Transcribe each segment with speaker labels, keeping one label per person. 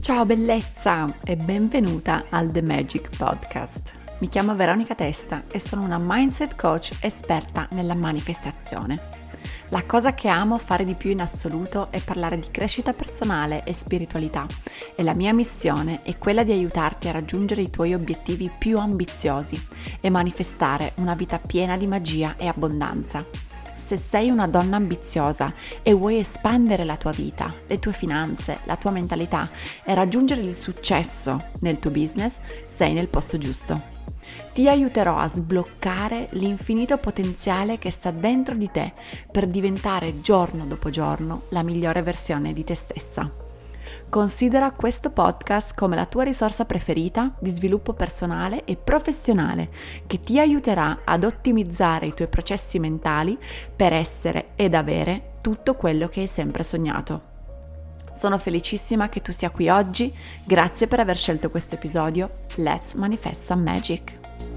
Speaker 1: Ciao bellezza e benvenuta al The Magic Podcast. Mi chiamo Veronica Testa e sono una mindset coach esperta nella manifestazione. La cosa che amo fare di più in assoluto è parlare di crescita personale e spiritualità e la mia missione è quella di aiutarti a raggiungere i tuoi obiettivi più ambiziosi e manifestare una vita piena di magia e abbondanza. Se sei una donna ambiziosa e vuoi espandere la tua vita, le tue finanze, la tua mentalità e raggiungere il successo nel tuo business, sei nel posto giusto. Ti aiuterò a sbloccare l'infinito potenziale che sta dentro di te per diventare giorno dopo giorno la migliore versione di te stessa. Considera questo podcast come la tua risorsa preferita di sviluppo personale e professionale che ti aiuterà ad ottimizzare i tuoi processi mentali per essere ed avere tutto quello che hai sempre sognato. Sono felicissima che tu sia qui oggi, grazie per aver scelto questo episodio. Let's manifest some magic!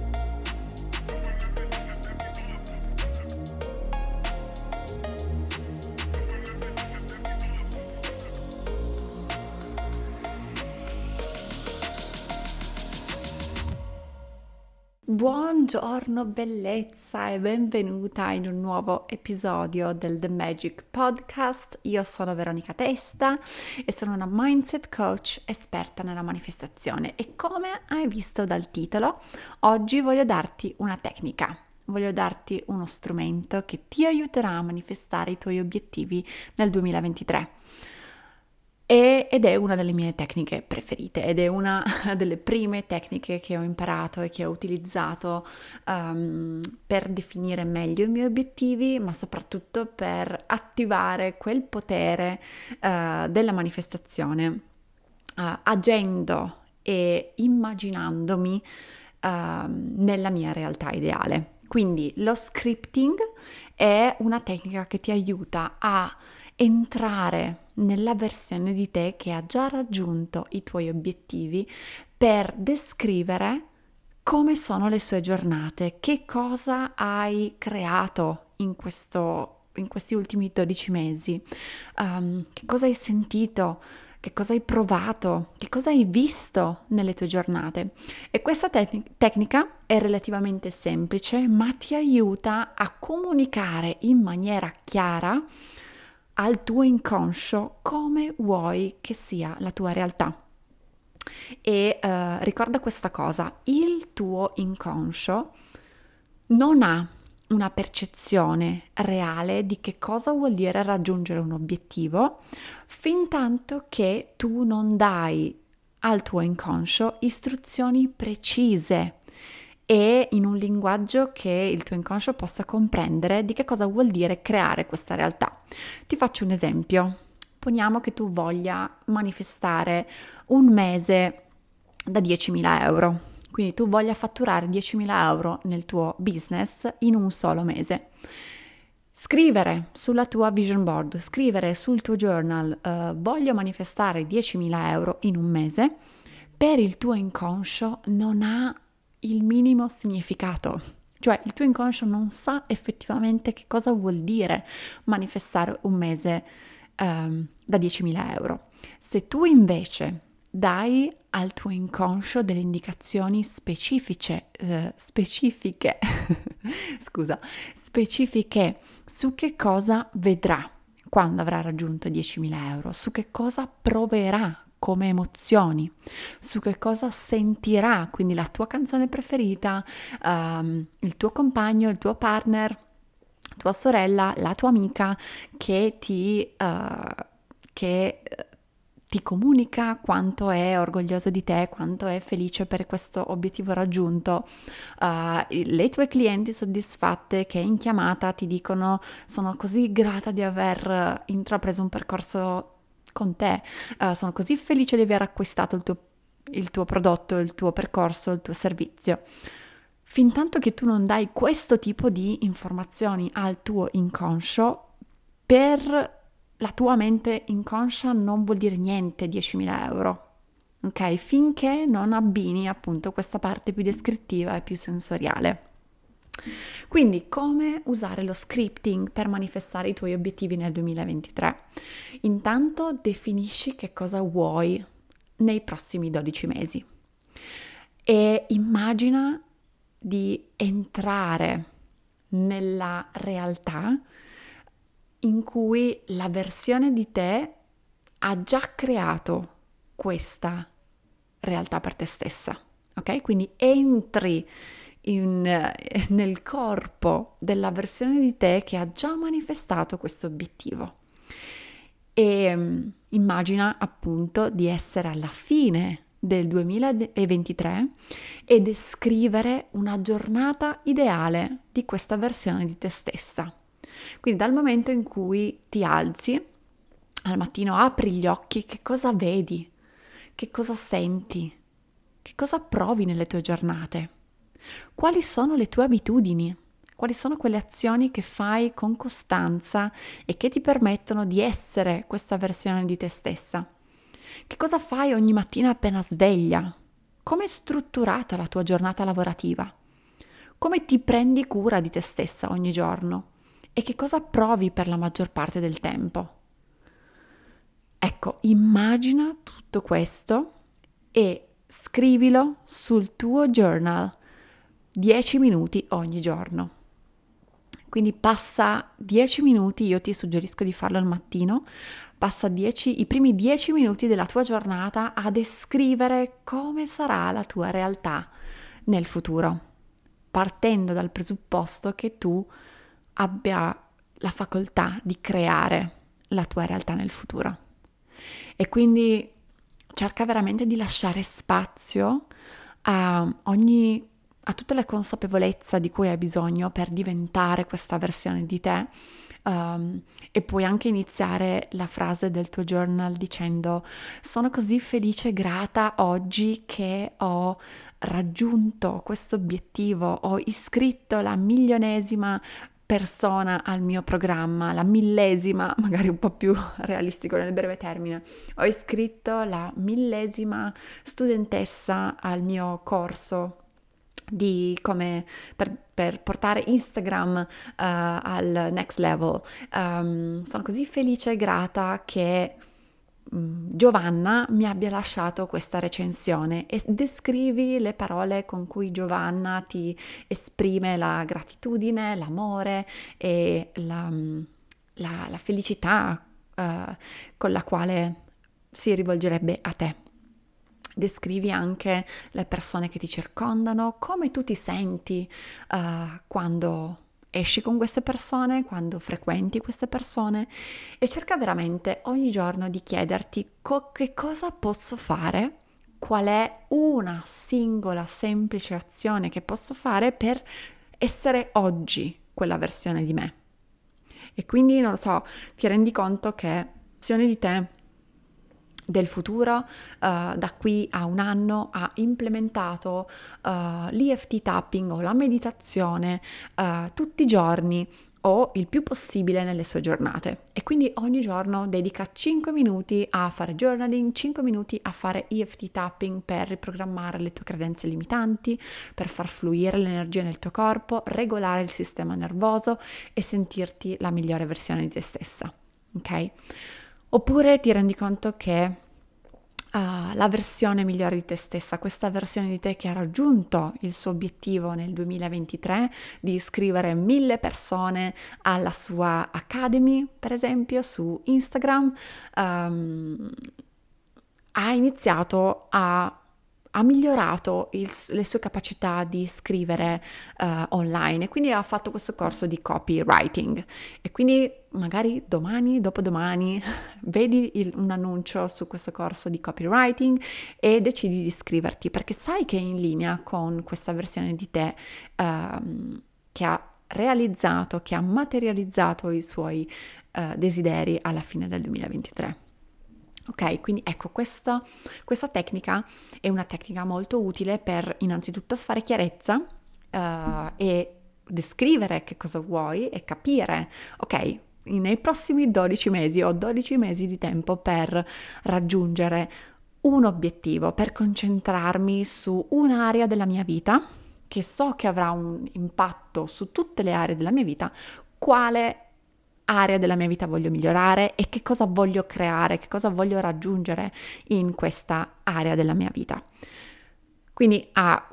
Speaker 1: Buongiorno bellezza e benvenuta in un nuovo episodio del The Magic Podcast. Io sono Veronica Testa e sono una mindset coach esperta nella manifestazione e come hai visto dal titolo, oggi voglio darti una tecnica, voglio darti uno strumento che ti aiuterà a manifestare i tuoi obiettivi nel 2023. Ed è una delle mie tecniche preferite ed è una delle prime tecniche che ho imparato e che ho utilizzato per definire meglio i miei obiettivi, ma soprattutto per attivare quel potere della manifestazione, agendo e immaginandomi nella mia realtà ideale. Quindi lo scripting è una tecnica che ti aiuta a entrare nella versione di te che ha già raggiunto i tuoi obiettivi per descrivere come sono le sue giornate, che cosa hai creato in questi ultimi 12 mesi, che cosa hai sentito, che cosa hai provato, che cosa hai visto nelle tue giornate. E questa tecnica è relativamente semplice, ma ti aiuta a comunicare in maniera chiara al tuo inconscio come vuoi che sia la tua realtà. E ricorda questa cosa, il tuo inconscio non ha una percezione reale di che cosa vuol dire raggiungere un obiettivo fin tanto che tu non dai al tuo inconscio istruzioni precise e in un linguaggio che il tuo inconscio possa comprendere di che cosa vuol dire creare questa realtà. Ti faccio un esempio. Poniamo che tu voglia manifestare un mese da 10.000 euro. Quindi tu voglia fatturare 10.000 euro nel tuo business in un solo mese. Scrivere sulla tua vision board, scrivere sul tuo journal, voglio manifestare 10.000 euro in un mese, per il tuo inconscio non ha il minimo significato, cioè il tuo inconscio non sa effettivamente che cosa vuol dire manifestare un mese da 10.000 euro. Se tu invece dai al tuo inconscio delle indicazioni specifiche su che cosa vedrà quando avrà raggiunto 10.000 euro, su che cosa proverà come emozioni, su che cosa sentirà, quindi la tua canzone preferita, il tuo compagno, il tuo partner, tua sorella, la tua amica che ti comunica quanto è orgoglioso di te, quanto è felice per questo obiettivo raggiunto, le tue clienti soddisfatte che in chiamata ti dicono sono così grata di aver intrapreso un percorso con te, sono così felice di aver acquistato il tuo prodotto, il tuo percorso, il tuo servizio. Fintanto che tu non dai questo tipo di informazioni al tuo inconscio, per la tua mente inconscia non vuol dire niente 10.000 euro, ok? Finché non abbini appunto questa parte più descrittiva e più sensoriale. Quindi come usare lo scripting per manifestare i tuoi obiettivi nel 2023? Intanto definisci che cosa vuoi nei prossimi 12 mesi. E immagina di entrare nella realtà in cui la versione di te ha già creato questa realtà per te stessa, ok? Quindi entri nel corpo della versione di te che ha già manifestato questo obiettivo. E immagina appunto di essere alla fine del 2023 e descrivere una giornata ideale di questa versione di te stessa. Quindi dal momento in cui ti alzi, al mattino apri gli occhi, che cosa vedi? Che cosa senti? Che cosa provi nelle tue giornate? Quali sono le tue abitudini? Quali sono quelle azioni che fai con costanza e che ti permettono di essere questa versione di te stessa? Che cosa fai ogni mattina appena sveglia? Come è strutturata la tua giornata lavorativa? Come ti prendi cura di te stessa ogni giorno? E che cosa provi per la maggior parte del tempo? Ecco, immagina tutto questo e scrivilo sul tuo journal 10 minuti ogni giorno. Quindi passa 10 minuti, io ti suggerisco di farlo al mattino, passa i primi 10 minuti della tua giornata a descrivere come sarà la tua realtà nel futuro, partendo dal presupposto che tu abbia la facoltà di creare la tua realtà nel futuro. E quindi cerca veramente di lasciare spazio a tutta la consapevolezza di cui hai bisogno per diventare questa versione di te. E puoi anche iniziare la frase del tuo journal dicendo: sono così felice e grata oggi che ho raggiunto questo obiettivo, ho iscritto la milionesima persona al mio programma, la millesima, magari un po' più realistico nel breve termine, ho iscritto la millesima studentessa al mio corso di come per portare Instagram al next level. Sono così felice e grata che Giovanna mi abbia lasciato questa recensione, e descrivi le parole con cui Giovanna ti esprime la gratitudine, l'amore e la felicità con la quale si rivolgerebbe a te. Descrivi anche le persone che ti circondano, come tu ti senti quando esci con queste persone, quando frequenti queste persone, e cerca veramente ogni giorno di chiederti che cosa posso fare, qual è una singola semplice azione che posso fare per essere oggi quella versione di me. E quindi, non lo so, ti rendi conto che la versione di te del futuro da qui a un anno ha implementato l'EFT tapping o la meditazione tutti i giorni o il più possibile nelle sue giornate, e quindi ogni giorno dedica 5 minuti a fare journaling, 5 minuti a fare EFT tapping per riprogrammare le tue credenze limitanti, per far fluire l'energia nel tuo corpo, regolare il sistema nervoso e sentirti la migliore versione di te stessa, ok? Oppure ti rendi conto che la versione migliore di te stessa, questa versione di te che ha raggiunto il suo obiettivo nel 2023 di iscrivere 1000 persone alla sua Academy, per esempio, su Instagram, ha iniziato ha migliorato le sue capacità di scrivere online, e quindi ha fatto questo corso di copywriting, e quindi magari domani, dopodomani vedi un annuncio su questo corso di copywriting e decidi di iscriverti, perché sai che è in linea con questa versione di te che ha realizzato, che ha materializzato i suoi desideri alla fine del 2023. Ok, quindi ecco, questa tecnica è una tecnica molto utile per innanzitutto fare chiarezza e descrivere che cosa vuoi e capire, ok, nei prossimi 12 mesi ho 12 mesi di tempo per raggiungere un obiettivo, per concentrarmi su un'area della mia vita che so che avrà un impatto su tutte le aree della mia vita. Quale area della mia vita voglio migliorare e che cosa voglio creare, che cosa voglio raggiungere in questa area della mia vita. Quindi ha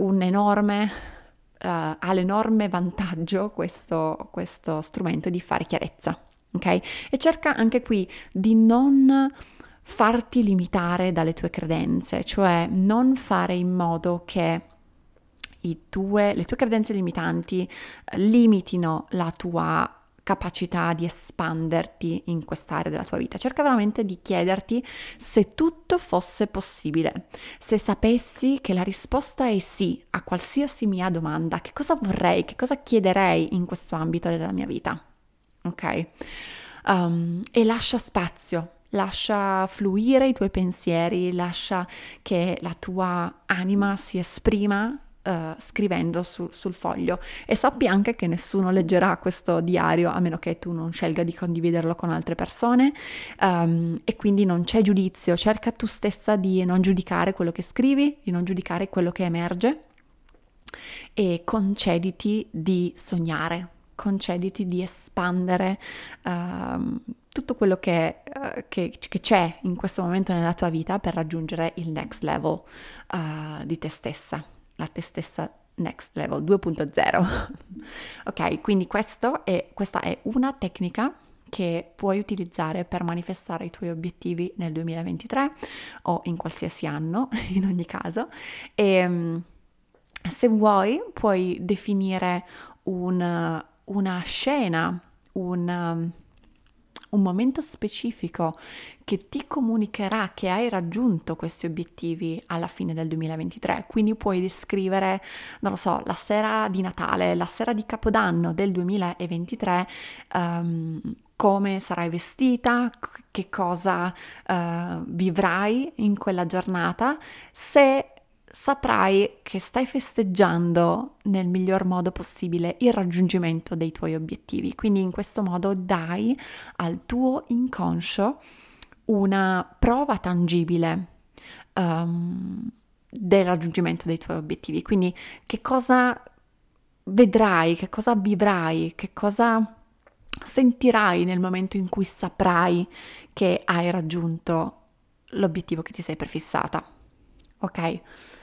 Speaker 1: l'enorme vantaggio questo strumento di fare chiarezza, ok? E cerca anche qui di non farti limitare dalle tue credenze, cioè non fare in modo che le tue credenze limitanti limitino la tua capacità di espanderti in quest'area della tua vita. Cerca veramente di chiederti se tutto fosse possibile, se sapessi che la risposta è sì a qualsiasi mia domanda, che cosa vorrei, che cosa chiederei in questo ambito della mia vita, ok? E lascia spazio. Lascia fluire i tuoi pensieri, lascia che la tua anima si esprima scrivendo sul foglio, e sappi anche che nessuno leggerà questo diario a meno che tu non scelga di condividerlo con altre persone, e quindi non c'è giudizio. Cerca tu stessa di non giudicare quello che scrivi, di non giudicare quello che emerge, e concediti di sognare, concediti di espandere tutto quello che c'è in questo momento nella tua vita per raggiungere il next level di te stessa, la te stessa next level 2.0. Ok, quindi questa è una tecnica che puoi utilizzare per manifestare i tuoi obiettivi nel 2023 o in qualsiasi anno, in ogni caso. E se vuoi puoi definire una scena, un momento specifico che ti comunicherà che hai raggiunto questi obiettivi alla fine del 2023. Quindi puoi descrivere, non lo so, la sera di Natale, la sera di Capodanno del 2023, come sarai vestita, che cosa vivrai in quella giornata, se saprai che stai festeggiando nel miglior modo possibile il raggiungimento dei tuoi obiettivi. Quindi in questo modo dai al tuo inconscio una prova tangibile del raggiungimento dei tuoi obiettivi. Quindi che cosa vedrai, che cosa vivrai, che cosa sentirai nel momento in cui saprai che hai raggiunto l'obiettivo che ti sei prefissata. Ok?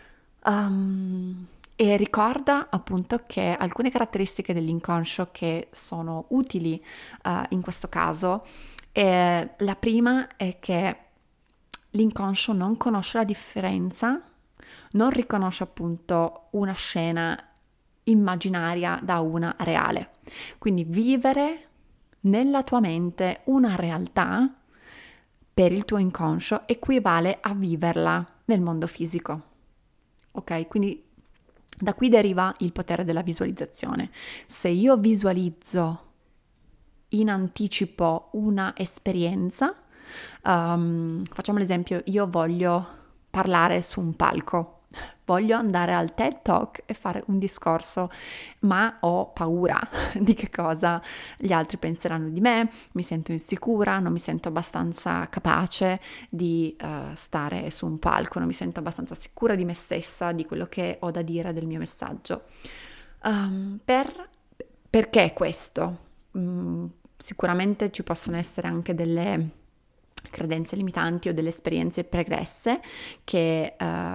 Speaker 1: E ricorda appunto che alcune caratteristiche dell'inconscio che sono utili in questo caso, la prima è che l'inconscio non conosce la differenza, non riconosce appunto una scena immaginaria da una reale. Quindi vivere nella tua mente una realtà per il tuo inconscio equivale a viverla nel mondo fisico. Ok, quindi da qui deriva il potere della visualizzazione. Se io visualizzo in anticipo una esperienza, facciamo l'esempio, io voglio parlare su un palco, voglio andare al TED Talk e fare un discorso, ma ho paura di che cosa gli altri penseranno di me, mi sento insicura, non mi sento abbastanza capace di stare su un palco, non mi sento abbastanza sicura di me stessa, di quello che ho da dire, del mio messaggio. Perché questo? Sicuramente ci possono essere anche delle credenze limitanti o delle esperienze pregresse che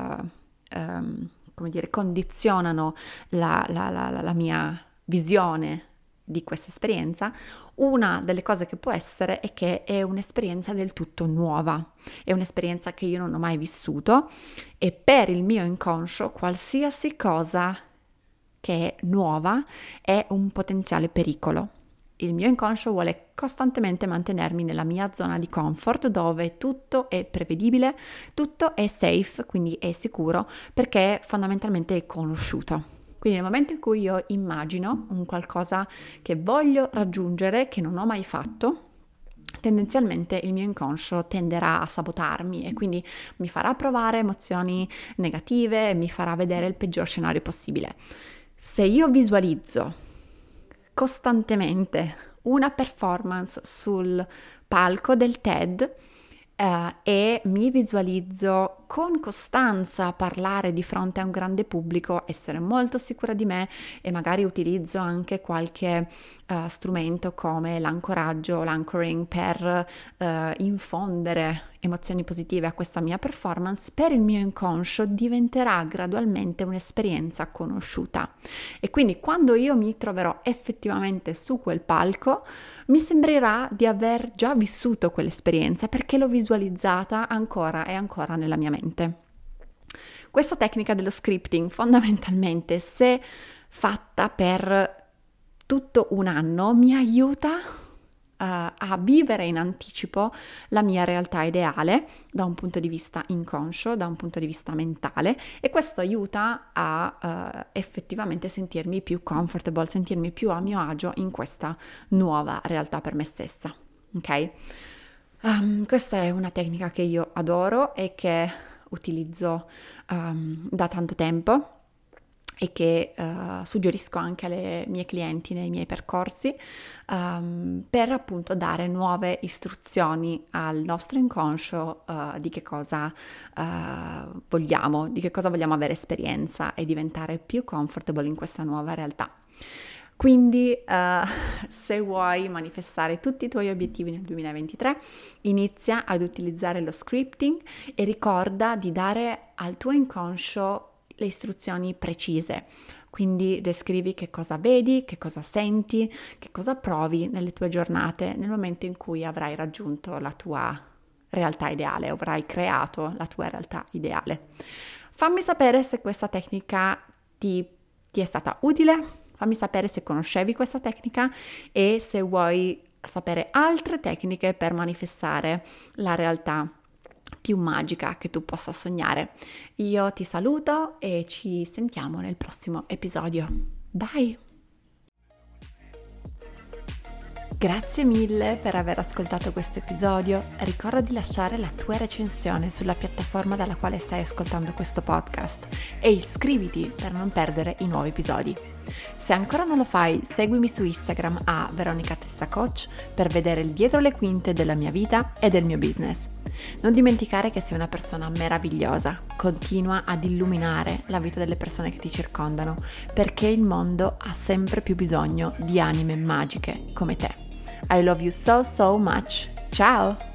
Speaker 1: come dire, condizionano la mia visione di questa esperienza. Una delle cose che può essere è che è un'esperienza del tutto nuova, è un'esperienza che io non ho mai vissuto, e per il mio inconscio qualsiasi cosa che è nuova è un potenziale pericolo. Il mio inconscio vuole costantemente mantenermi nella mia zona di comfort, dove tutto è prevedibile, tutto è safe, quindi è sicuro, perché fondamentalmente è conosciuto. Quindi nel momento in cui io immagino un qualcosa che voglio raggiungere, che non ho mai fatto, tendenzialmente il mio inconscio tenderà a sabotarmi e quindi mi farà provare emozioni negative e mi farà vedere il peggior scenario possibile. Se io visualizzo costantemente una performance sul palco del TED e mi visualizzo con costanza parlare di fronte a un grande pubblico, essere molto sicura di me e magari utilizzo anche qualche strumento come l'ancoraggio, l'anchoring per infondere emozioni positive a questa mia performance, per il mio inconscio diventerà gradualmente un'esperienza conosciuta. E quindi quando io mi troverò effettivamente su quel palco, mi sembrerà di aver già vissuto quell'esperienza perché l'ho visualizzata ancora e ancora nella mia mente. Questa tecnica dello scripting, fondamentalmente, se fatta per tutto un anno, mi aiuta a vivere in anticipo la mia realtà ideale da un punto di vista inconscio, da un punto di vista mentale, e questo aiuta a effettivamente sentirmi più comfortable, sentirmi più a mio agio in questa nuova realtà per me stessa, ok? Questa è una tecnica che io adoro e che utilizzo da tanto tempo e che suggerisco anche alle mie clienti nei miei percorsi per appunto dare nuove istruzioni al nostro inconscio di che cosa vogliamo, di che cosa vogliamo avere esperienza e diventare più comfortable in questa nuova realtà. Quindi se vuoi manifestare tutti i tuoi obiettivi nel 2023, inizia ad utilizzare lo scripting e ricorda di dare al tuo inconscio le istruzioni precise. Quindi descrivi che cosa vedi, che cosa senti, che cosa provi nelle tue giornate nel momento in cui avrai raggiunto la tua realtà ideale, avrai creato la tua realtà ideale. Fammi sapere se questa tecnica ti è stata utile, fammi sapere se conoscevi questa tecnica e se vuoi sapere altre tecniche per manifestare la realtà più magica che tu possa sognare. Io ti saluto e ci sentiamo nel prossimo episodio. Bye! Grazie mille per aver ascoltato questo episodio. Ricorda di lasciare la tua recensione sulla piattaforma dalla quale stai ascoltando questo podcast e iscriviti per non perdere i nuovi episodi. Se ancora non lo fai, seguimi su Instagram a Veronica Tessa Coach per vedere il dietro le quinte della mia vita e del mio business. Non dimenticare che sei una persona meravigliosa, continua ad illuminare la vita delle persone che ti circondano, perché il mondo ha sempre più bisogno di anime magiche come te. I love you so much. Ciao!